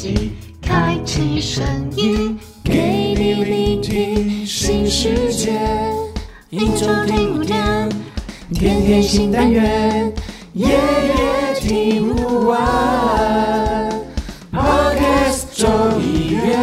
机，开启声音，给你聆听新世界。一周听5天，天天新单元，夜夜听不完。Podcast 周一月。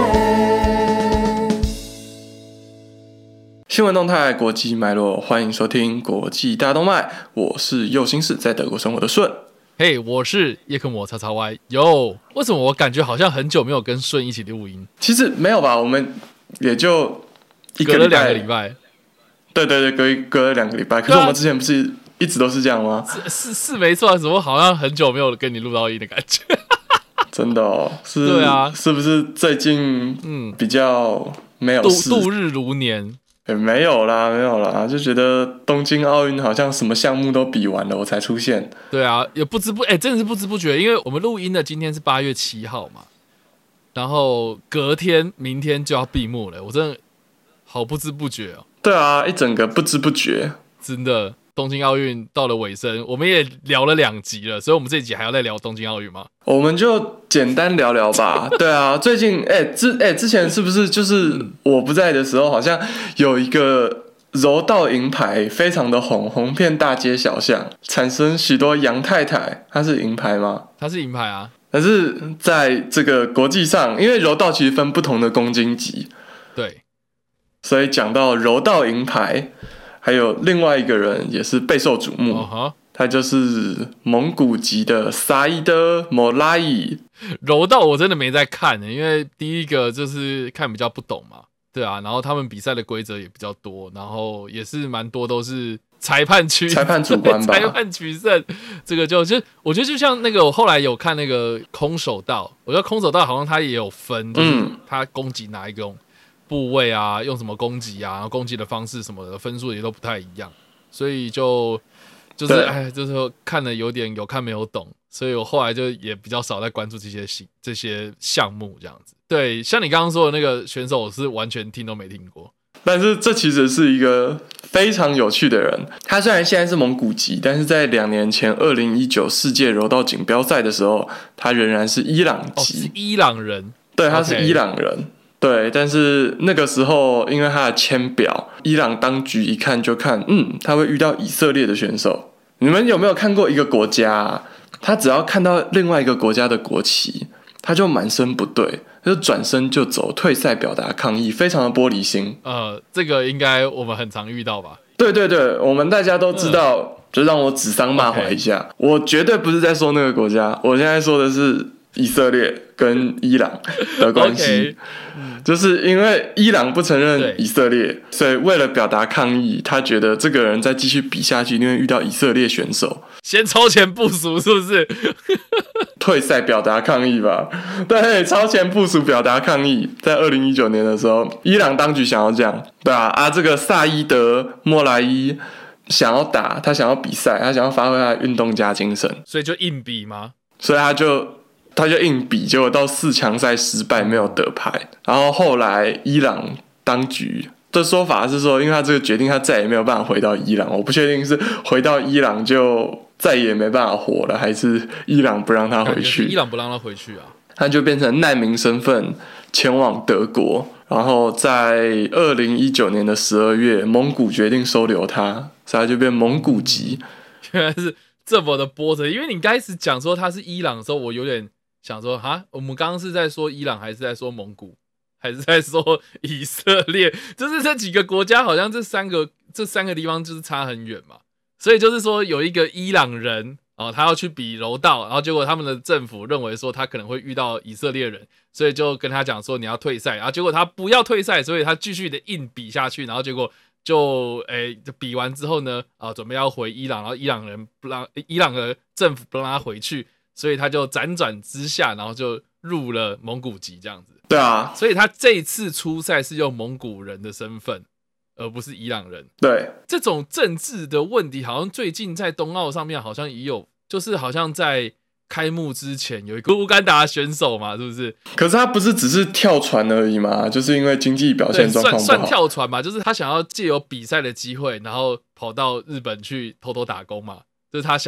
新闻动态、国际脉络，欢迎收听国际大动脉。我是右心室，在德国生活的顺。 嘿、我是叶克膜叉叉 Y。为什么我感觉好像很久没有跟顺一起录音？ 其实没有吧，我们也就隔了2个礼拜。 对，隔了2个礼拜。可是我们之前不是一直都是这样吗？ 是没错，怎么好像很久没有跟你录到音的感觉？ 真的哦， 对啊， 是不是最近比较没有事度日如年？ 没有啦，就觉得东京奥运好像什么项目都比完了，我才出现。 对啊，也不知不真的是不知不觉，因为我们录音的今天是8月7号嘛，然后隔天明天就要闭幕了，我真的好不知不觉哦。 对啊，一整个不知不觉，真的。东京奥运到了尾声，我们也聊了2集了，所以我们这一集还要再聊东京奥运吗？ 我们就简单聊聊吧。对啊，最近之前是不是就是我不在的时候，好像有一个柔道银牌非常的红遍大街小巷，产生许多洋太太。她是银牌吗？ 她是银牌啊。 可是在这个国际上，因为柔道其实分不同的公斤级， 对， 所以讲到柔道银牌。还有另外一个人也是备受瞩目，他就是蒙古籍的萨伊德·莫拉伊。 柔道我真的没在看，因为第一个就是看比较不懂嘛，对啊，然后他们比赛的规则也比较多，然后也是蛮多都是裁判主观吧，裁判取胜。这个就我觉得就像那个我后来有看那个空手道，我觉得空手道好像他也有分，就是他攻击哪一种部位啊，用什么攻击啊，然后攻击的方式什么的分数也都不太一样，所以就是看了有点有看没有懂，所以我后来就也比较少在关注这些项目这样子。对，像你刚刚说的那个选手，我是完全听都没听过。 但是这其实是一个非常有趣的人，他虽然现在是蒙古籍，但是在2年前2019世界柔道锦标赛的时候，他仍然是伊朗籍。 是伊朗人。 对，他是伊朗人。对，但是那个时候因为他的签表，伊朗当局一看就看，他会遇到以色列的选手。你们有没有看过一个国家啊，他只要看到另外一个国家的国旗，他就满身不对，就转身就走，退赛表达抗议，非常的玻璃心。 这个应该我们很常遇到吧？ 对，我们大家都知道，就让我指桑骂槐一下。我绝对不是在说那个国家，我现在说的是以色列跟伊朗的关系。就是因为伊朗不承认以色列，所以为了表达抗议，他觉得这个人再继续比下去，一定会遇到以色列选手， 先超前部署是不是？ 退赛表达抗议吧。对，超前部署表达抗议，在2019年的时候，伊朗当局想要这样，对啊，这个萨伊德·莫拉伊想要打，他想要比赛，他想要发挥他的运动家精神， 所以就硬比吗？ 所以他就硬比，结果到4强赛失败，没有得牌。然后后来伊朗当局的说法是说，因为他这个决定，他再也没有办法回到伊朗。我不确定是回到伊朗就再也没办法活了，还是伊朗不让他回去。 伊朗不让他回去啊， 他就变成难民身份前往德国。然后在2019年的12月，蒙古决定收留他，所以他就变蒙古籍。 原来是这么的波折，因为你开始讲说他是伊朗的时候，我有点想说，我们刚刚是在说伊朗，还是在说蒙古，还是在说以色列？就是这几个国家，好像这三个地方就是差很远嘛。所以就是说，有一个伊朗人他要去比柔道，然后结果他们的政府认为说他可能会遇到以色列人，所以就跟他讲说你要退赛，然后结果他不要退赛，所以他继续的硬比下去，然后结果就比完之后呢，准备要回伊朗，然后伊朗的政府不让他回去。所以他就辗转之下，然后就入了蒙古籍这样子。 对啊， 所以他这一次出赛是用蒙古人的身份，而不是伊朗人。 对， 这种政治的问题，好像最近在冬奥上面好像也有，就是好像在开幕之前有一个乌干达选手嘛，是不是？ 可是他不是只是跳船而已嘛，就是因为经济表现状况不好， 算跳船嘛，就是他想要借由比赛的机会，然后跑到日本去偷偷打工嘛。就是他想要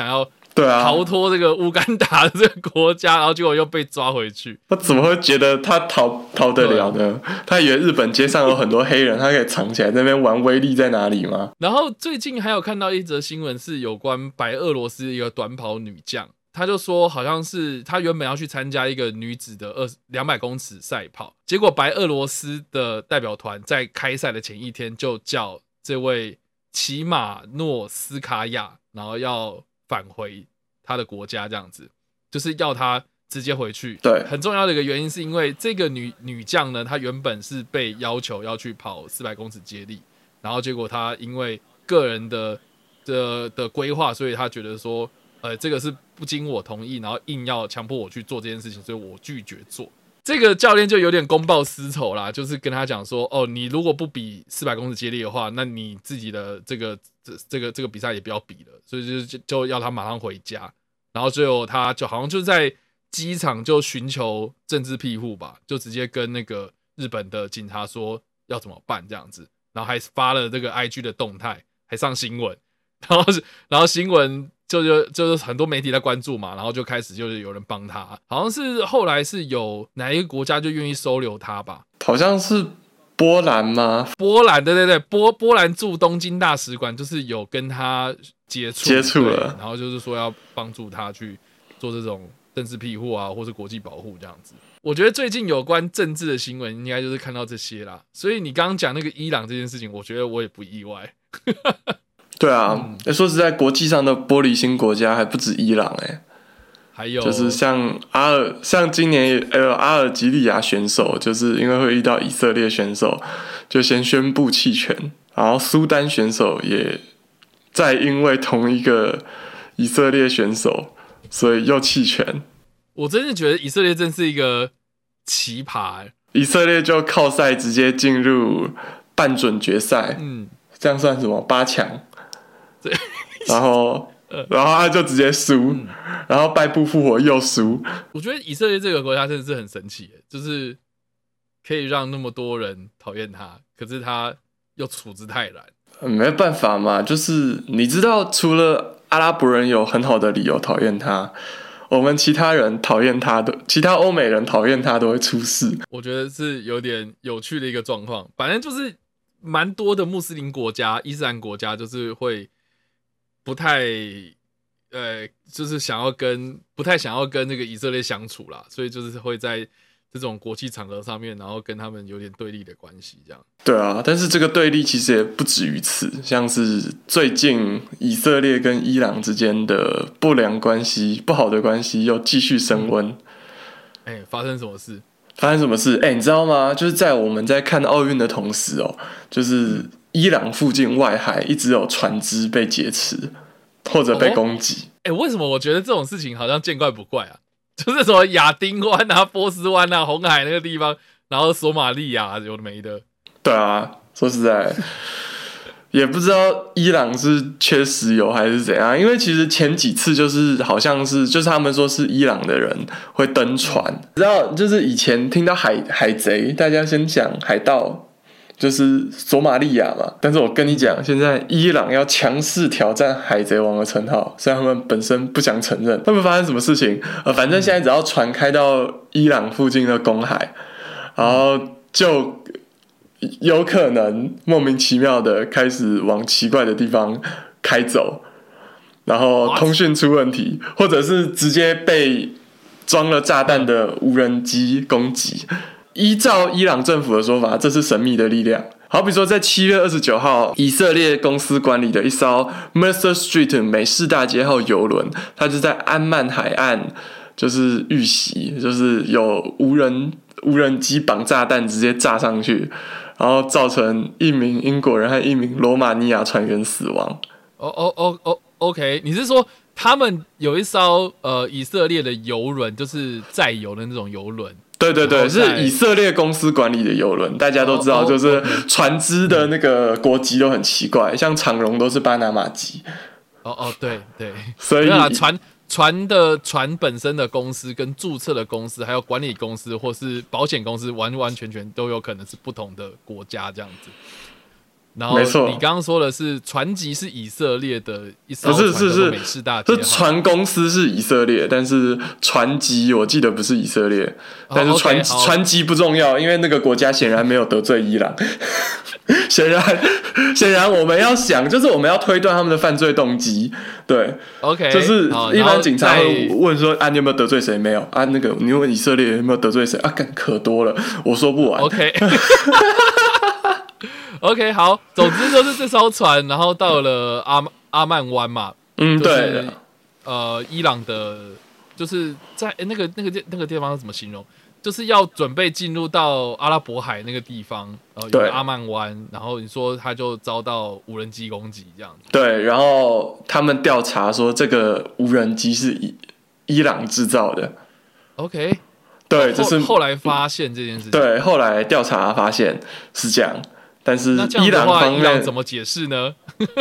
对啊， 逃脱这个乌干达的这个国家，然后结果又被抓回去。 他怎么会觉得他逃得了呢？他以为日本街上有很多黑人，他可以藏起来，在那边玩威力在哪里吗？ 然后最近还有看到一则新闻，是有关白俄罗斯一个短跑女将，他就说好像是他原本要去参加一个女子的200公尺赛跑，结果白俄罗斯的代表团在开赛的前一天就叫这位齐马诺斯卡娅，然后要返回他的国家，这样子就是要他直接回去。 对， 很重要的一个原因是因为这个女将呢，她原本是被要求要去跑400公尺接力，然后结果她因为个人的规划，所以她觉得说，这个是不经我同意，然后硬要强迫我去做这件事情，所以我拒绝做。这个教练就有点公报私仇啦，就是跟他讲说，哦，你如果不比400公尺接力的话，那你自己的这个比赛也不要比了，所以就要他马上回家。然后最后他就好像就在机场就寻求政治庇护吧，就直接跟那个日本的警察说要怎么办这样子，然后还发了这个 IG 的动态，还上新闻，然后新闻就是很多媒体在关注嘛，然后就开始就是有人帮他，好像是后来是有哪一个国家就愿意收留他吧， 好像是波兰吗？ 波兰，对，波兰驻东京大使馆就是有跟他接触了，然后就是说要帮助他去做这种政治庇护啊，或是国际保护这样子。我觉得最近有关政治的新闻，应该就是看到这些啦。所以你刚刚讲那个伊朗这件事情，我觉得我也不意外。 对啊，说实在，国际上的玻璃心国家还不止伊朗还有就是像今年也有阿尔及利亚选手，就是因为会遇到以色列选手，就先宣布弃权，然后苏丹选手也再因为同一个以色列选手，所以又弃权。 我真的觉得以色列真是一个奇葩以色列就靠赛直接进入半准决赛，这样算什么8强？然后他就直接输，然后败不复活又输。 我觉得以色列这个国家真的是很神奇，就是可以让那么多人讨厌他，可是他又处之泰然。 没办法嘛，就是你知道，除了阿拉伯人有很好的理由讨厌他，我们其他人讨厌他的，其他欧美人讨厌他都会出事。 我觉得是有点有趣的一个状况。反正就是蛮多的穆斯林国家、伊斯兰国家，就是会不太就是不太想要跟那个以色列相处啦，所以就是会在这种国际场合上面，然后跟他们有点对立的关系，这样。 对啊，但是这个对立其实也不止于此，像是最近以色列跟伊朗之间的不良关系、不好的关系又继续升温。 发生什么事？ 你知道吗？就是在我们在看奥运的同时就是伊朗附近外海一直有船只被劫持或者被攻击。 为什么我觉得这种事情好像见怪不怪啊？就是什么亚丁湾啊、波斯湾啊、红海那个地方，然后索马利亚有的没的。 对啊，说实在也不知道伊朗是缺石油还是怎样，因为其实前几次就是好像是就是他们说是伊朗的人会登船，你知道就是以前听到海贼，大家先讲海盗。就是索马利亚嘛，但是我跟你讲，现在伊朗要强势挑战海贼王的称号，虽然他们本身不想承认。会不会发生什么事情？反正现在只要船开到伊朗附近的公海，然后就有可能莫名其妙的开始往奇怪的地方开走，然后通讯出问题，或者是直接被装了炸弹的无人机攻击。依照伊朗政府的说法，这是神秘的力量。好比说，在7月29号，以色列公司管理的一艘 Mercer Street 美式大街号邮轮，它就在安曼海岸就是遇袭，就是有无人机绑炸弹直接炸上去，然后造成1名英国人和1名罗马尼亚船员死亡。 OK， 你是说他们有一艘以色列的邮轮，就是载油的那种邮轮？ 对，是以色列公司管理的邮轮，大家都知道，就是船只的那个国籍都很奇怪，像长荣都是巴拿马籍。 对， 所以船本身的公司跟注册的公司，还有管理公司或是保险公司，完完全全都有可能是不同的国家这样子。 然后没错你刚刚说的是船籍是以色列的一艘不是船， 是美式大街是船公司是以色列，但是船籍我记得不是以色列，但是船籍不重要，因为那个国家显然没有得罪伊朗。显然我们要想，就是我们要推断他们的犯罪动机。对 ，OK， 就是一般警察会问说啊，你有没有得罪谁？没有啊，那个你问以色列有没有得罪谁啊？干可多了，我说不完。 OK。OK， 好，总之就是这艘船，然后到了阿曼湾嘛， 对， 伊朗的，就是在那个地方怎么形容？就是要准备进入到阿拉伯海那个地方，有个阿曼湾，然后你说他就遭到无人机攻击这样子。 对，然后他们调查说这个无人机是伊朗制造的。 OK， 对，这是后来发现这件事情。 对，后来调查发现是这样。但是伊朗方面， 伊朗怎么解释呢？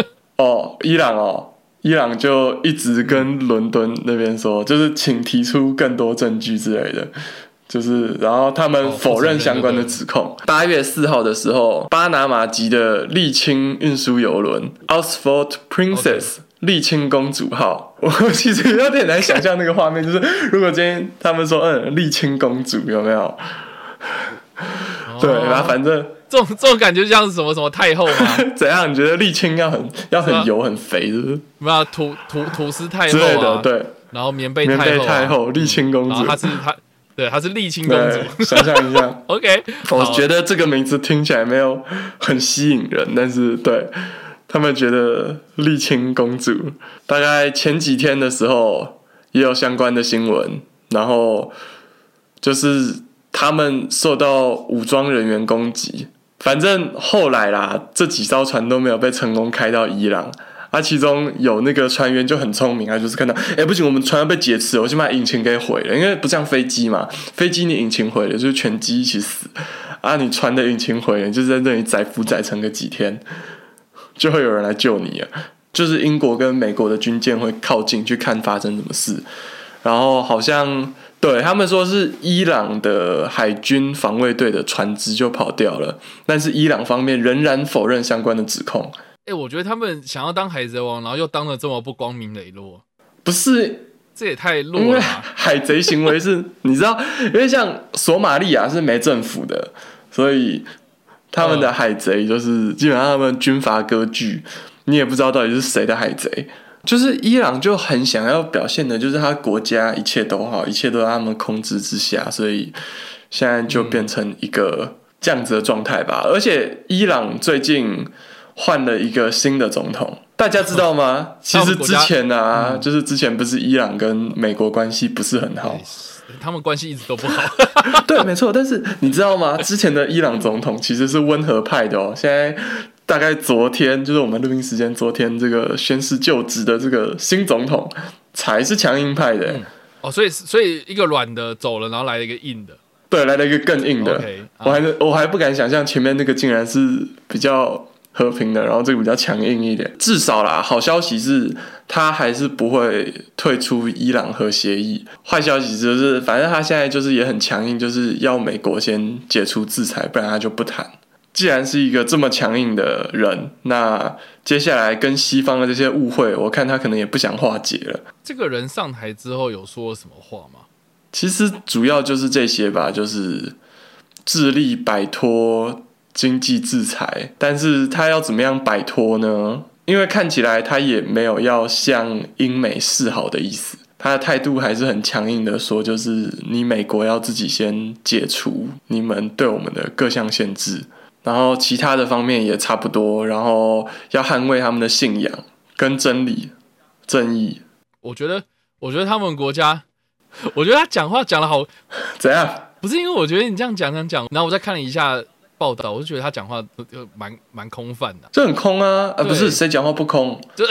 伊朗就一直跟伦敦那边说，就是请提出更多证据之类的，就是然后他们否认相关的指控。8月4号的时候，巴拿马籍的沥青运输邮轮 Oxford Princess 沥青公主号，我其实有点难想象那个画面，就是如果今天他们说沥青公主有没有？对，然后反正。 这种感觉像是什么太后吗？ 怎样？你觉得沥青要很油很肥，是不是？ 没有吐司太后之类的，对。 然后棉被太后， 沥青公主， 她是沥青公主。 想象一下。 OK， 我觉得这个名字听起来没有很吸引人，但是对他们觉得沥青公主，大概前几天的时候也有相关的新闻，然后就是他们受到武装人员攻击。反正后来啦，这几艘船都没有被成功开到伊朗。其中有那个船员就很聪明，他就是看到，不行，我们船要被劫持，我先把引擎给毁了，因为不像飞机嘛，飞机你引擎毁了就是全机一起死，你船的引擎毁了，就是在这里载浮载沉个几天，就会有人来救你啊。就是英国跟美国的军舰会靠近去看发生什么事，然后好像。对他们说是伊朗的海军防卫队的船只就跑掉了，但是伊朗方面仍然否认相关的指控。 我觉得他们想要当海贼王，然后又当得这么不光明磊落， 不是？ 这也太弱了吧。 海贼行为是，你知道，因为像索马利亚是没政府的，所以他们的海贼就是基本上他们军阀割据，你也不知道到底是谁的海贼。就是伊朗就很想要表现的，就是他国家一切都好，一切都在他们控制之下，所以现在就变成一个这样子的状态吧。而且伊朗最近换了一个新的总统，大家知道吗？其实之前就是之前不是伊朗跟美国关系不是很好， 他们关系一直都不好。 对，没错。但是你知道吗？之前的伊朗总统其实是温和派的哦，现在。大概昨天就是我们录音时间，昨天这个宣誓就职的这个新总统才是强硬派的。 所以一个软的走了，然后来了一个硬的。 对，来了一个更硬的。我还不敢想象前面那个竟然是比较和平的，然后这个比较强硬一点。至少啦，好消息是他还是不会退出伊朗核协议。坏消息就是，反正他现在就是也很强硬，就是要美国先解除制裁，不然他就不谈。既然是一个这么强硬的人，那接下来跟西方的这些误会，我看他可能也不想化解了。 这个人上台之后有说什么话吗？ 其实主要就是这些吧，就是致力摆脱经济制裁，但是他要怎么样摆脱呢？因为看起来他也没有要向英美示好的意思，他的态度还是很强硬的说，就是你美国要自己先解除你们对我们的各项限制。然后其他的方面也差不多，然后要捍卫他们的信仰跟真理、正义。 我觉得他们国家，我觉得他讲话讲得好， 怎样？ 不是因为我觉得你这样讲，然后我再看了一下报道，我就觉得他讲话就蛮空泛的， 这很空啊！不是谁讲话不空？ 就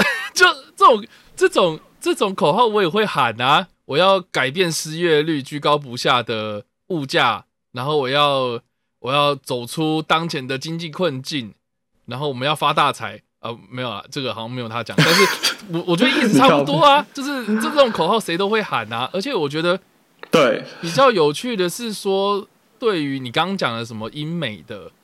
这种口号我也会喊啊！我要改变失业率居高不下的物价，然后我要走出当前的经济困境，然后我们要发大财。没有啦，这个好像没有他讲，但是我觉得意思差不多啊，就是这种口号谁都会喊啊。而且我觉得， 对， 比较有趣的是说，对于你刚刚讲的什么英美的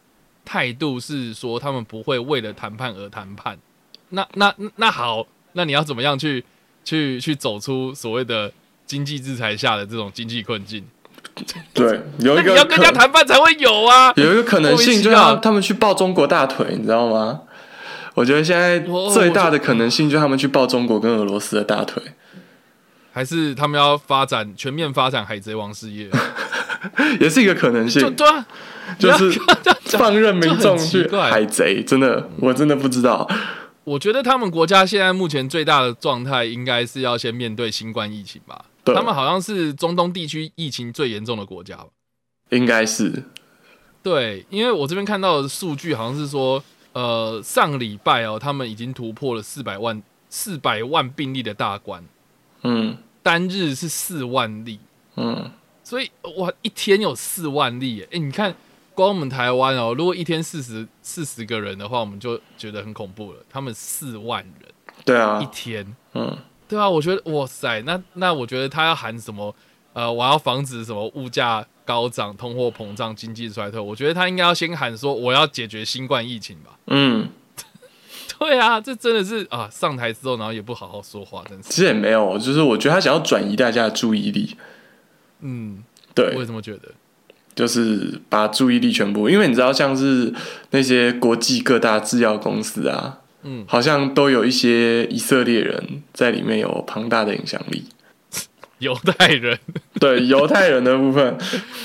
态度是说他们不会为了谈判而谈判。那好，那你要怎么样去走出所谓的经济制裁下的这种经济困境？ 对，有一个你要跟人家谈判才会有啊。 有一个可能性就是他们去抱中国大腿，你知道吗？我觉得现在最大的可能性就是他们去抱中国跟俄罗斯的大腿， 还是他们要全面发展海贼王事业， 也是一个可能性。 对啊， 就是放任民众去海贼，真的，我真的不知道。 我觉得他们国家现在目前最大的状态，应该是要先面对新冠疫情吧。他们好像是中东地区疫情最严重的国家吧？应该是。 对，因为我这边看到的数据好像是说。上个礼拜他们已经突破了400万病例的大关，单日是4万例，所以哇，一天有4万例耶，你看，光我们台湾如果一天40个人的话，我们就觉得很恐怖了，他们4万人， 对啊， 一天，对啊，我觉得哇塞，那我觉得他要喊什么？我要防止什么物价高涨、通货膨胀、经济衰退。我觉得他应该要先喊说我要解决新冠疫情吧。对啊，这真的是上台之后然后也不好好说话，真是。 其实也没有，就是我觉得他想要转移大家的注意力。对， 我也这么觉得。 就是把注意力全部，因为你知道，像是那些国际各大制药公司啊，好像都有一些以色列人在里面有庞大的影响力。 犹太人， 对犹太人的部分，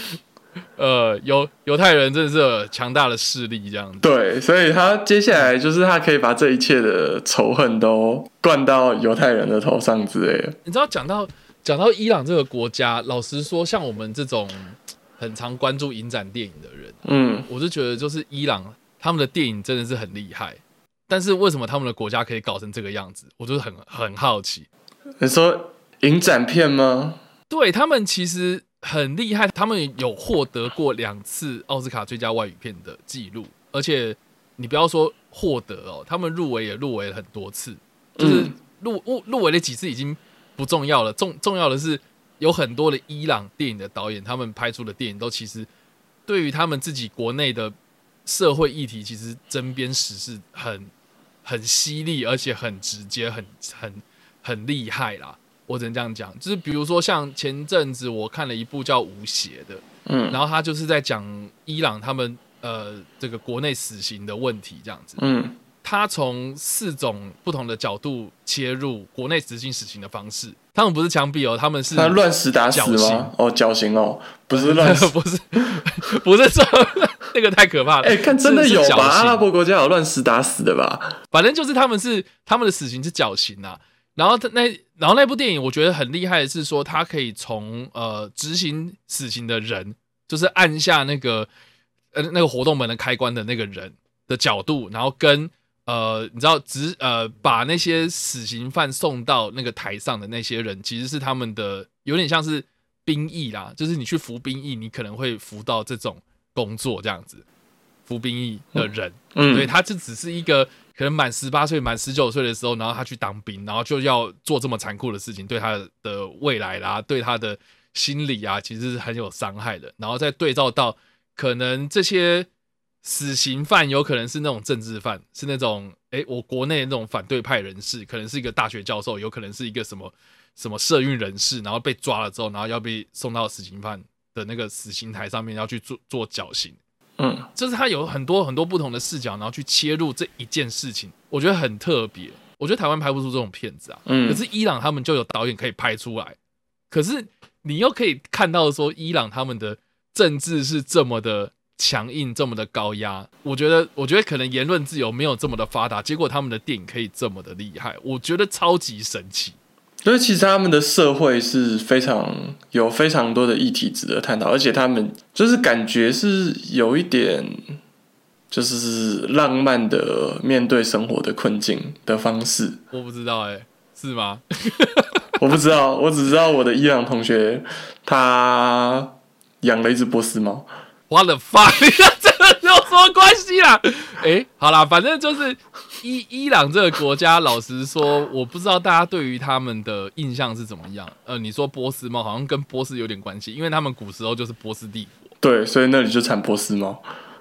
犹太人真的是有强大的势力，这样子。 对，所以他接下来就是他可以把这一切的仇恨都灌到犹太人的头上之类的。 你知道，讲到伊朗这个国家，老实说，像我们这种很常关注影展电影的人，我就觉得就是伊朗他们的电影真的是很厉害，但是为什么他们的国家可以搞成这个样子，我就是很好奇。 你说影展片吗？ 对，他们其实很厉害，他们有获得过2次奥斯卡最佳外语片的记录，而且你不要说获得他们入围也入围了很多次，就是入围了几次已经不重要了，重要的是有很多的伊朗电影的导演，他们拍出的电影都其实对于他们自己国内的社会议题，其实针砭时事很犀利，而且很直接，很厉害啦。我只能这样讲，就是比如说像前阵子我看了一部叫《无邪》的，然后他就是在讲伊朗他们这个国内死刑的问题这样子，他从4种不同的角度切入国内执行死刑的方式。他们不是枪毙他们是他乱石打死吗？绞刑不是乱死， 不是说那个太可怕了。 看真的有吧？阿拉伯国家有乱石打死的吧？ 反正就是他们的死刑是绞刑啊。然后那部电影我觉得很厉害的是说，他可以从执行死刑的人，就是按下那个活动门的开关的那个人的角度，然后跟你知道把那些死刑犯送到那个台上的那些人，其实是他们的有点像是兵役啦，就是你去服兵役，你可能会服到这种工作这样子，服兵役的人，所以他就只是一个。可能满18岁、满19岁的时候，然后他去当兵，然后就要做这么残酷的事情，对他的未来啦，对他的心理啊，其实是很有伤害的。然后再对照到可能这些死刑犯，有可能是那种政治犯，是那种我国内那种反对派人士，可能是一个大学教授，有可能是一个什么社运人士，然后被抓了之后，然后要被送到死刑犯的那个死刑台上面，要去做绞刑。就是他有很多很多不同的视角，然后去切入这一件事情，我觉得很特别。我觉得台湾拍不出这种片子啊，可是伊朗他们就有导演可以拍出来。可是你又可以看到说，伊朗他们的政治是这么的强硬，这么的高压。我觉得可能言论自由没有这么的发达，结果他们的电影可以这么的厉害，我觉得超级神奇。 所以其实他们的社会是有非常多的议题值得探讨，而且他们就是感觉是有一点就是浪漫的面对生活的困境的方式。 我不知道是吗？ 我不知道，我只知道我的伊朗同学他养了一只波斯猫。 What the fuck？ 这个有什么关系啦？好啦，反正就是伊朗这个国家，老实说，我不知道大家对于他们的印象是怎么样。你说波斯猫好像跟波斯有点关系，因为他们古时候就是波斯帝国。 对，所以那里就产波斯猫。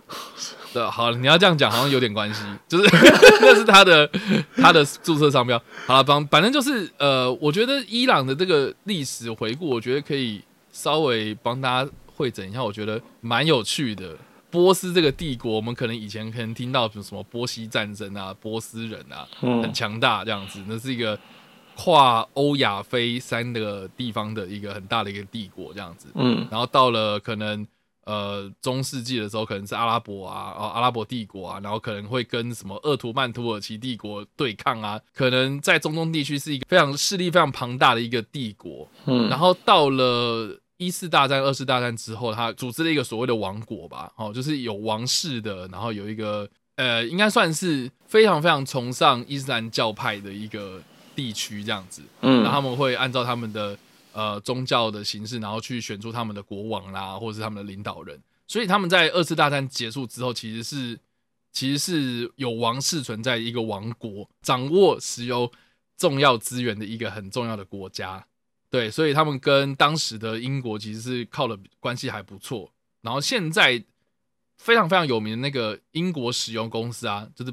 对，好，你要这样讲好像有点关系，就是那是他的注册商标。好了，反正就是我觉得伊朗的这个历史回顾，我觉得可以稍微帮大家汇整一下，我觉得蛮有趣的。波斯这个帝国，我们可能以前可能听到什么波西战争啊、波斯人啊，很强大这样子，那是一个跨欧亚非三个地方的一个很大的一个帝国这样子。然后到了可能中世纪的时候，可能是阿拉伯啊、阿拉伯帝国啊，然后可能会跟什么鄂图曼土耳其帝国对抗啊，可能在中东地区是一个非常势力非常庞大的一个帝国。然后到了一次大战、二次大战之后，他组织了一个所谓的王国吧，就是有王室的，然后有一个应该算是非常非常崇尚伊斯兰教派的一个地区这样子。然后他们会按照他们的宗教的形式，然后去选出他们的国王啦，或者是他们的领导人。所以他们在二次大战结束之后，其实是有王室存在的一个王国，掌握石油重要资源的一个很重要的国家。对，所以他们跟当时的英国其实是靠的关系还不错。然后现在非常非常有名的那个英国石油公司啊，就是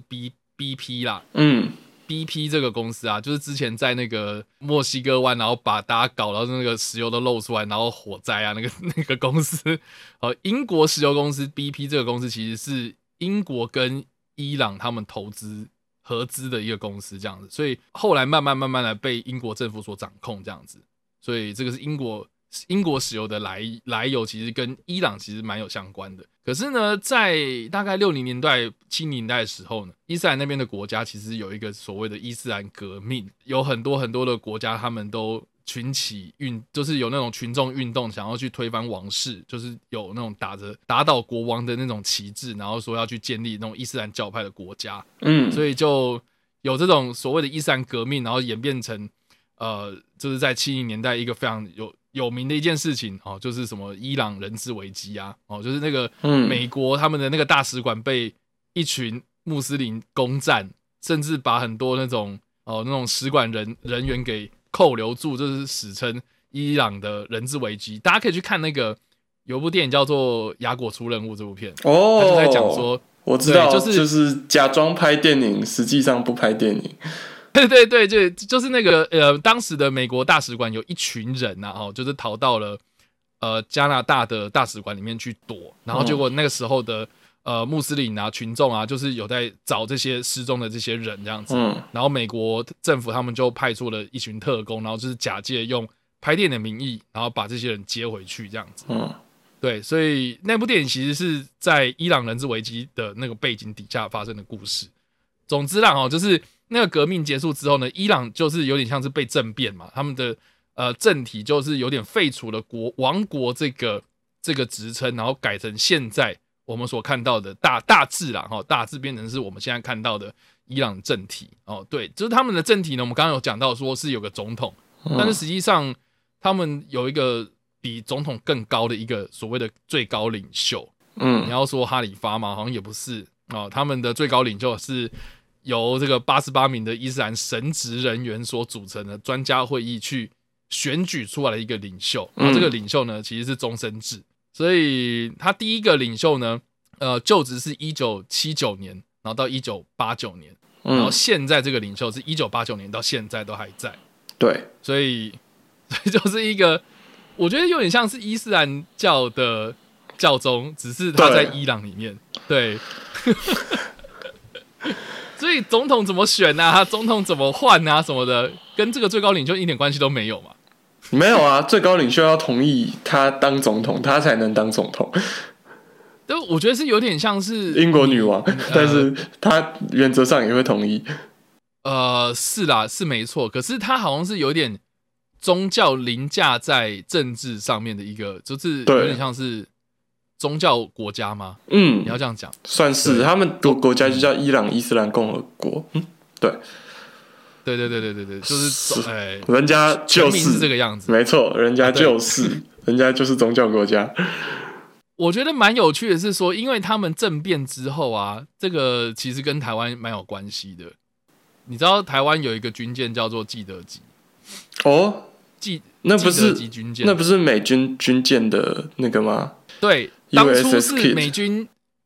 BP 啦。BP 这个公司啊，就是之前在那个墨西哥湾，然后把大家搞到那个石油都漏出来，然后火灾啊，那个公司，英国石油公司 BP 这个公司其实是英国跟伊朗他们投资合资的一个公司，这样子，所以后来慢慢的被英国政府所掌控，这样子，所以这个是英国石油的来由，其实跟伊朗其实蛮有相关的。可是呢，在大概60年代、70年代的时候呢，伊斯兰那边的国家其实有一个所谓的伊斯兰革命，有很多的国家他们都群起就是有那种群众运动，想要去推翻王室，就是有那种打倒国王的那种旗帜，然后说要去建立那种伊斯兰教派的国家。所以就有这种所谓的伊斯兰革命，然后演变成就是在70年代一个非常有名的一件事情，就是什么伊朗人质危机啊，就是那个美国他们的那个大使馆被一群穆斯林攻占，甚至把很多那种使馆人员给扣留住，就是史称伊朗的人质危机。大家可以去看那个有部电影叫做《雅果出任务》这部片，他就在讲说， 我知道，就是假装拍电影，实际上不拍电影。 对，就是那个当时的美国大使馆有一群人啊，就是逃到了加拿大的大使馆里面去躲，然后结果那个时候的穆斯林啊群众啊，就是有在找这些失踪的这些人这样子，然后美国政府他们就派出了一群特工，然后就是假借用拍电影的名义，然后把这些人接回去这样子。对，所以那部电影其实是在伊朗人质危机的那个背景底下发生的故事。总之啦，就是那个革命结束之后呢，伊朗就是有点像是被政变嘛，他们的政体就是有点废除了王国这个职称，然后改成现在我们所看到的大致啦，大致变成是我们现在看到的伊朗政体。对，就是他们的政体呢，我们刚刚有讲到说是有个总统，但是实际上他们有一个比总统更高的一个所谓的最高领袖。你要说哈里发嘛，好像也不是。他们的最高领袖是由这个88名的伊斯兰神职人员所组成的专家会议去选举出来的一个领袖。然后这个领袖呢，其实是终身制，所以他第一个领袖呢，就职是1979年，然后到1989年，然后现在这个领袖是1989年到现在都还在。 对， 所以就是一个，我觉得有点像是伊斯兰教的教宗，只是他在伊朗里面。对。所以总统怎么选啊，总统怎么换啊什么的，跟这个最高领袖一点关系都没有嘛？ 没有啊，最高领袖要同意他当总统，他才能当总统。 但我觉得是有点像是英国女王，但是他原则上也会同意。 是啦，是没错。可是他好像是有点宗教凌驾在政治上面的一个，就是有点像是宗教国家吗？你要这样讲， 算是他们国家就叫伊朗伊斯兰共和国。对， 就是人家就是这个样子， 没错，人家就是宗教国家。 我觉得蛮有趣的是说，因为他们政变之后啊，这个其实跟台湾蛮有关系的。你知道台湾有一个军舰叫做济德级那不是军舰， 那不是美军军舰的那个吗？ 对，当初是美军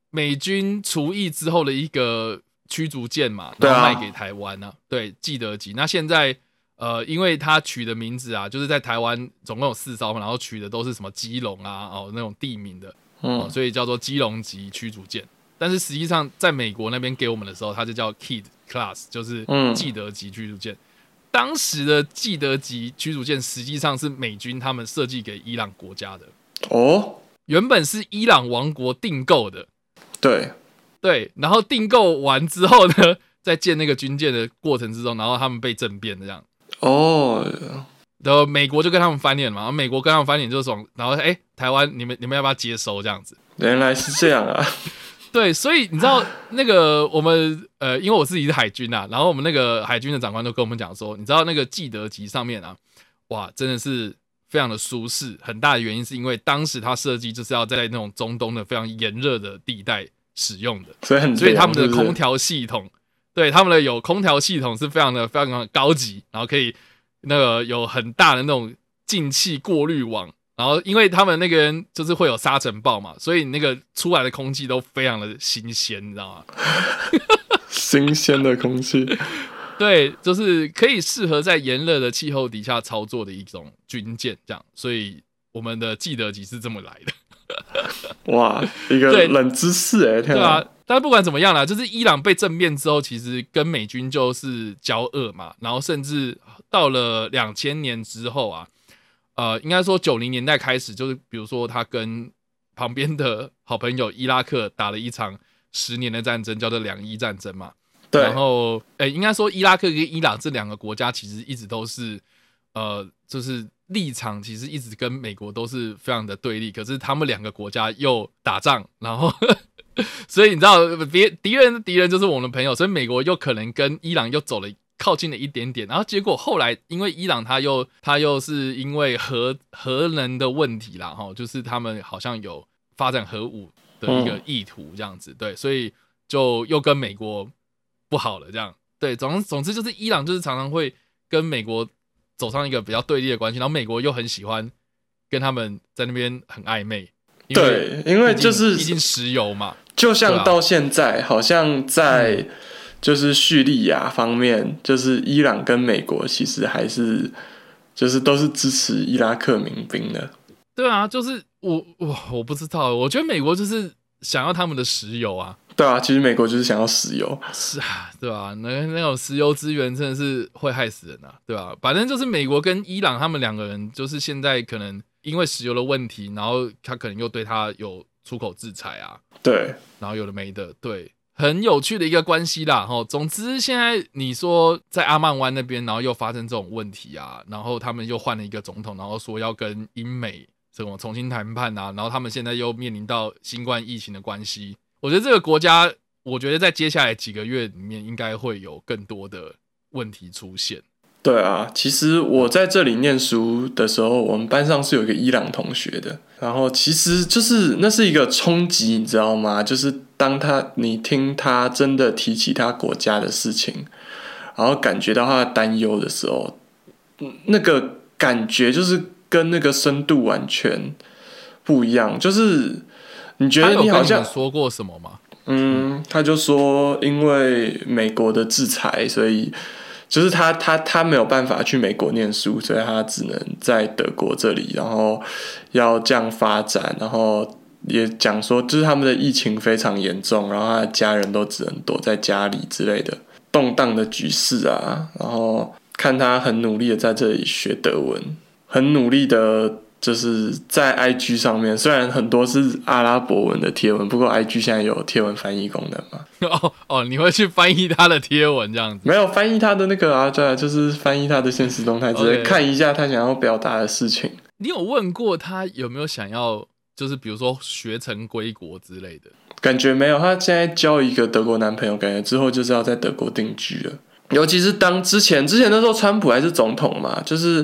美军除役之后的一个驱逐舰嘛， 对啊， 然后卖给台湾啊，对，基德级。那现在因为他取的名字啊，就是在台湾总共有4艘，然后取的都是什么基隆啊那种地名的，所以叫做基隆级驱逐舰。但是实际上在美国那边给我们的时候，它就叫 Kidd Class， 就是基德级驱逐舰。当时的基德级驱逐舰实际上是美军他们设计给伊朗国家的原本是伊朗王国订购的，对，然后订购完之后呢，在建那个军舰的过程之中，然后他们被政变这样。然后美国就跟他们翻脸嘛，美国跟他们翻脸就爽，然后台湾你们要不要接收这样子？ 原来是这样啊！ 对，所以你知道那个我们因为我自己是海军啊，然后我们那个海军的长官都跟我们讲说，你知道那个基德级上面啊，哇，真的是非常的舒适，很大的原因是因为当时它设计就是要在那种中东的非常炎热的地带使用的，所以他们的空调系统，对，他们的有空调系统是非常的高级，然后可以那个有很大的那种进气过滤网。然后，因为他们那个人就是会有沙尘暴嘛，所以那个出来的空气都非常的新鲜，你知道吗？ 新鲜的空气， 对，就是可以适合在炎热的气候底下操作的一种军舰，这样。所以我们的基德级是这么来的。 哇，一个冷知识对啊。但不管怎么样啦，就是伊朗被政变之后，其实跟美军就是交恶嘛，然后甚至到了2000年之后啊。应该说90年代开始，就是比如说他跟旁边的好朋友伊拉克打了一场10年的战争，叫做两伊战争嘛。 对。 然后，应该说伊拉克跟伊朗这2个国家其实一直都是，就是立场其实一直跟美国都是非常的对立。可是他们2个国家又打仗，然后所以你知道，敌人就是我们的朋友，所以美国又可能跟伊朗又走了。靠近了一点点，然后结果后来因为伊朗他又是因为核能的问题啦，就是他们好像有发展核武的一个意图这样子，对，所以就又跟美国不好了这样，对，总之就是伊朗就是常常会跟美国走上一个比较对立的关系，然后美国又很喜欢跟他们在那边很暧昧， 对，因为就是毕竟石油嘛， 就像到现在，好像在。就是叙利亚方面，就是伊朗跟美国其实还是就是都是支持伊拉克民兵的。 对啊，就是我不知道，我觉得美国就是想要他们的石油啊。 对啊，其实美国就是想要石油。 是啊，对啊，那种石油资源真的是会害死人啊，对吧？反正就是美国跟伊朗他们2个人，就是现在可能因为石油的问题，然后他可能又对他有出口制裁啊。 对， 然后有的没的，对。很有趣的一个关系啦，总之现在你说在阿曼湾那边，然后又发生这种问题啊，然后他们又换了一个总统，然后说要跟英美这种重新谈判啊，然后他们现在又面临到新冠疫情的关系，我觉得这个国家，我觉得在接下来几个月里面应该会有更多的问题出现。 对啊，其实我在这里念书的时候，我们班上是有一个伊朗同学的，然后其实就是那是一个冲击，你知道吗？就是当你听他真的提起他国家的事情，然后感觉到他的担忧的时候，那个感觉就是跟那个深度完全不一样。就是你觉得你好像他有跟你们说过什么吗？ 他就说因为美国的制裁，所以。就是他没有办法去美国念书，所以他只能在德国这里，然后要这样发展，然后也讲说，就是他们的疫情非常严重，然后他的家人都只能躲在家里之类的动荡的局势啊，然后看他很努力的在这里学德文，很努力的。就是在 IG 上面，虽然很多是阿拉伯文的贴文，不过 IG 现在有贴文翻译功能嘛。 你会去翻译他的贴文这样子？ 没有翻译他的那个啊，对啊，就是翻译他的现实动态，直接看一下他想要表达的事情。 你有问过他有没有想要，就是比如说学成归国之类的？ 感觉没有，他现在交一个德国男朋友，感觉之后就是要在德国定居了。尤其是当之前那时候川普还是总统嘛，就是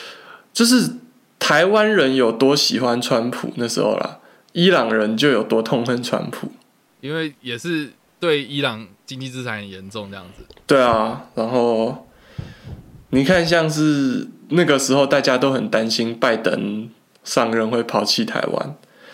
台湾人有多喜欢川普那时候啦，伊朗人就有多痛恨川普， 因为也是对伊朗经济制裁很严重这样子。 对啊，然后你看像是那个时候大家都很担心拜登上任会抛弃台湾，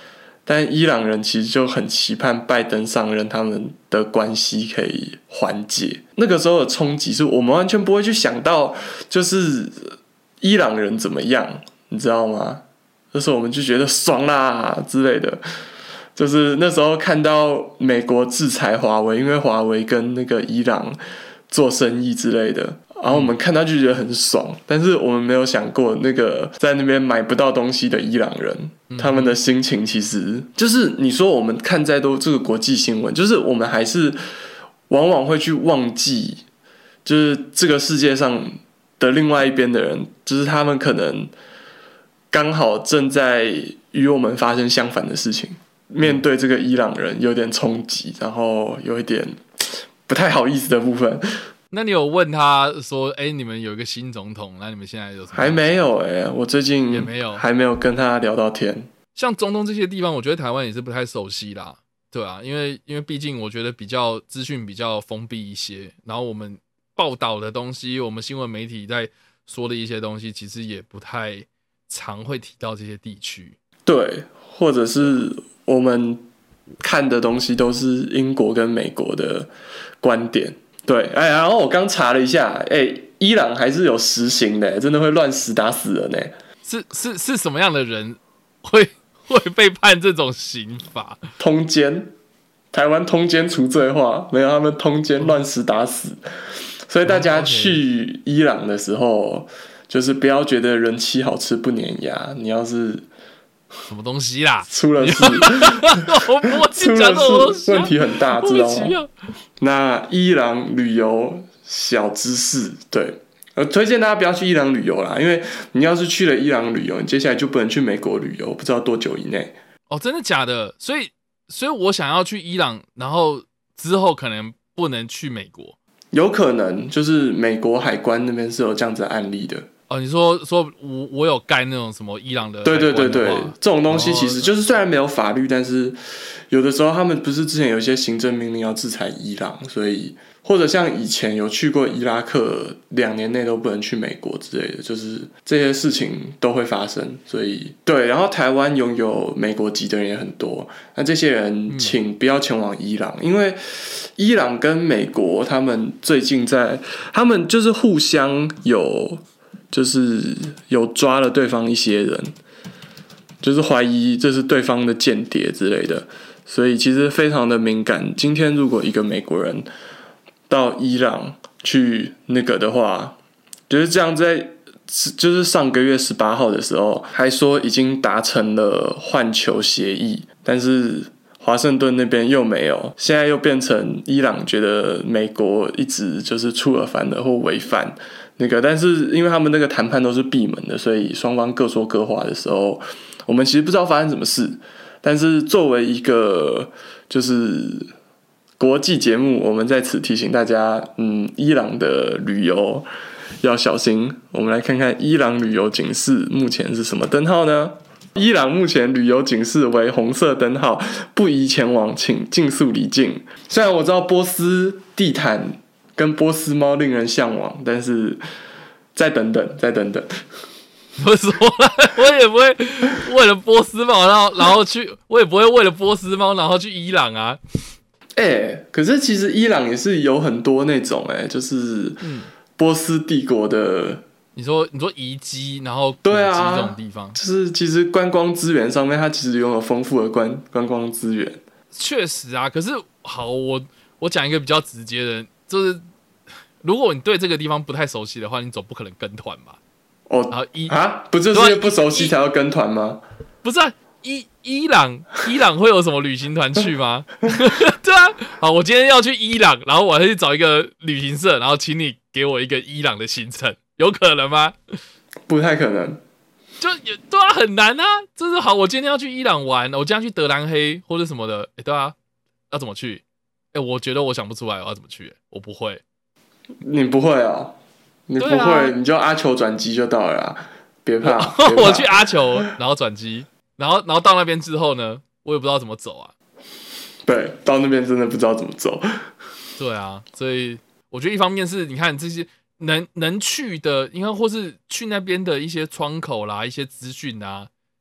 但伊朗人其实就很期盼拜登上任，他们的关系可以缓解。那个时候的冲击是我们完全不会去想到，就是伊朗人怎么样，你知道吗？那时候我们就觉得爽啦之类的。就是那时候看到美国制裁华为，因为华为跟那个伊朗做生意之类的，然后我们看到就觉得很爽，但是我们没有想过那个在那边买不到东西的伊朗人，他们的心情其实就是你说我们看再多这个国际新闻，就是我们还是往往会去忘记，就是这个世界上的另外一边的人，就是他们可能刚好正在与我们发生相反的事情，面对这个伊朗人有点冲击，然后有一点不太好意思的部分。 那你有问他说，你们有一个新总统，那你们现在有什么？ 还没有我最近也没有， 还没有跟他聊到天。 像中东这些地方，我觉得台湾也是不太熟悉啦，对啊，因为毕竟我觉得比较资讯比较封闭一些，然后我们报道的东西，我们新闻媒体在说的一些东西，其实也不太常会提到这些地区。 对，或者是我们看的东西都是英国跟美国的观点。对，然后我刚查了一下，伊朗还是有实刑的，真的会乱死打死人呢。 是什么样的人会被判这种刑罚？ 通奸，台湾通奸除罪化，没有他们通奸乱死打死。所以大家去伊朗的时候，就是不要觉得人妻好吃不粘牙，你要是什么东西啦？ 出了事， 我出了事，问题很大，知道吗？那伊朗旅游小知识，对，推荐大家不要去伊朗旅游啦，因为你要是去了伊朗旅游，你接下来就不能去美国旅游，不知道多久以内。 哦，真的假的？所以我想要去伊朗，然后之后可能不能去美国。 有可能，就是美国海关那边是有这样子的案例的。 哦，你说我有盖那种什么伊朗的？ 对，这种东西其实就是虽然没有法律，但是有的时候他们不是之前有一些行政命令要制裁伊朗，所以或者像以前有去过伊拉克2年内都不能去美国之类的，就是这些事情都会发生。所以对，然后台湾拥有美国籍的人也很多，那这些人请不要前往伊朗，因为伊朗跟美国他们最近他们就是互相就是有抓了对方一些人，就是怀疑这是对方的间谍之类的，所以其实非常的敏感。今天如果一个美国人到伊朗去那个的话，就是这样就是上个月18号的时候还说已经达成了换球协议，但是华盛顿那边又没有，现在又变成伊朗觉得美国一直就是出尔反尔或违反那个，但是因为他们那个谈判都是闭门的，所以双方各说各话的时候，我们其实不知道发生什么事。但是作为一个就是国际节目，我们在此提醒大家，伊朗的旅游要小心。我们来看看伊朗旅游警示目前是什么灯号呢？伊朗目前旅游警示为红色灯号，不宜前往，请尽速离境。虽然我知道波斯地毯跟波斯猫令人向往，但是再等等。 不是我也不会为了波斯猫然后去，我也不会为了波斯猫然后去伊朗啊。 可是其实伊朗也是有很多那种就是波斯帝国的。 你说遗迹，然后古迹这种地方， 就是其实观光资源上面，它其实拥有丰富的观光资源。确实啊，可是好，我讲一个比较直接的，就是如果你对这个地方不太熟悉的话，你总不可能跟团吧？ 然后不就是因为不熟悉才要跟团吗？ 不是啊，伊朗会有什么旅行团去吗？对啊，好，我今天要去伊朗，然后我要去找一个旅行社，然后请你给我一个伊朗的行程。有可能吗？ 不太可能， 对啊，很难啊。就是好，我今天要去伊朗玩，我今天要去德兰黑或者什么的，对啊，要怎么去？我觉得我想不出来我要怎么去，我不会。 你不会啊？你不会，你就阿球转机就到了啦，别怕。 我去阿球，然后转机，然后到那边之后呢，我也不知道怎么走啊。 对，到那边真的不知道怎么走。 对啊，所以我觉得一方面是你看这些。能去的，应该或是去那边的一些窗口啦，一些资讯啊，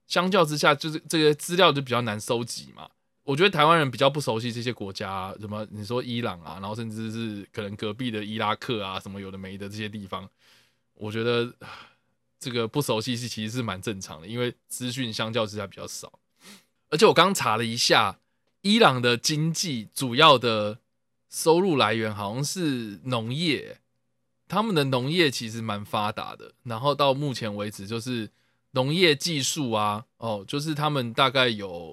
相较之下，就是这个资料就比较难收集嘛。我觉得台湾人比较不熟悉这些国家，什么你说伊朗啊，然后甚至是可能隔壁的伊拉克啊，什么有的没的这些地方，我觉得这个不熟悉其实是蛮正常的，因为资讯相较之下比较少。而且我刚查了一下，伊朗的经济主要的收入来源好像是农业，他们的农业其实蛮发达的。然后到目前为止，就是农业技术啊，就是他们大概有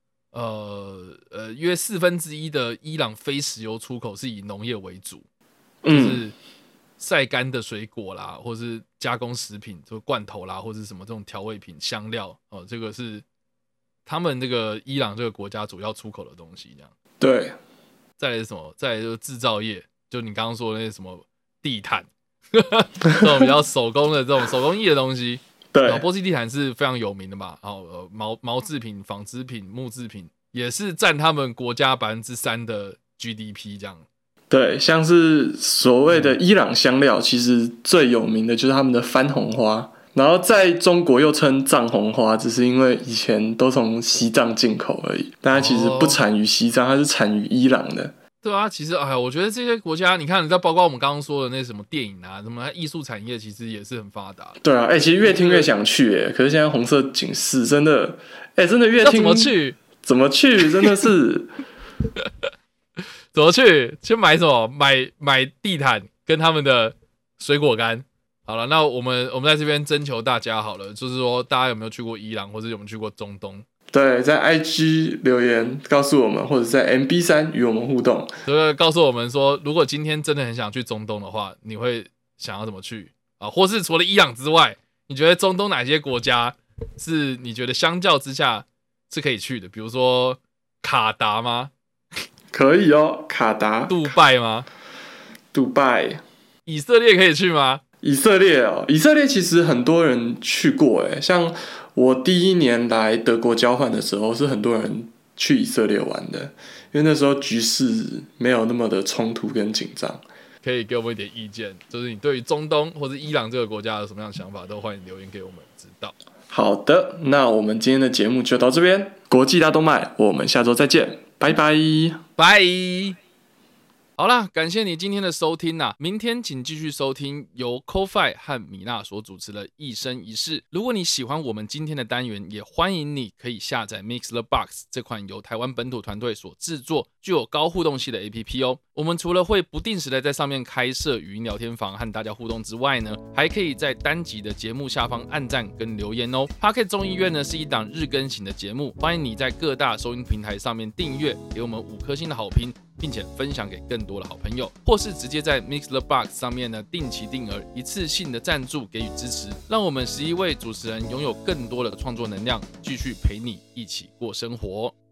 约1/4的伊朗非石油出口是以农业为主，就是晒干的水果啦，或是加工食品，就罐头啦，或是什么这种调味品、香料这个是他们这个伊朗这个国家主要出口的东西。这样对， 再来是什么？再来就是制造业，就你刚刚说的那些什么地毯，这种比较手工的这种手工艺的东西。 对， 波西地毯是非常有名的嘛，毛制品、纺织品、木制品也是占他们国家3%的 GDP 这样。 对，像是所谓的伊朗香料，其实最有名的就是他们的番红花，然后在中国又称藏红花，只是因为以前都从西藏进口而已，但它其实不产于西藏，它是产于伊朗的。 对啊，其实我觉得这些国家，你看，包括我们刚刚说的那什么电影啊，什么艺术产业，其实也是很发达。 对啊，其实越听越想去，可是现在红色警示真的，真的越听怎么去？ 怎么去？真的是怎么去？去买什么？买地毯跟他们的水果干。好了，那我们在这边征求大家好了，就是说大家有没有去过伊朗，或者有没有去过中东？ 对，在 IG 留言告诉我们，或者在 MB3 与我们互动， 对，告诉我们说，如果今天真的很想去中东的话，你会想要怎么去啊？或是除了伊朗之外，你觉得中东哪些国家是你觉得相较之下是可以去的？比如说卡达吗？ 可以哦，卡达。 杜拜吗？ 杜拜。 以色列可以去吗？ 以色列以色列其实很多人去过像我第1年来德国交换的时候，是很多人去以色列玩的，因为那时候局势没有那么的冲突跟紧张。 可以给我们一点意见，就是你对于中东或者伊朗这个国家有什么样的想法，都欢迎留言给我们知道。 好的，那我们今天的节目就到这边，国际大动脉，我们下周再见，拜拜， 拜。好啦，感谢你今天的收听啊！明天请继续收听由 Ko-Fi 和米娜所主持的一生一世。如果你喜欢我们今天的单元，也欢迎你可以下载 MixerBox 这款由台湾本土团队所制作、具有高互动性的 APP 哦。我们除了会不定时的在上面开设语音聊天房和大家互动之外呢，还可以在单集的节目下方按赞跟留言哦。Pocket 众议院呢是一档日更型的节目，欢迎你在各大收音平台上面订阅，给我们5颗星的好评，并且分享给更多的好朋友，或是直接在 MixerBox 上面呢定期定额一次性的赞助给予支持，让我们11位主持人拥有更多的创作能量，继续陪你一起过生活。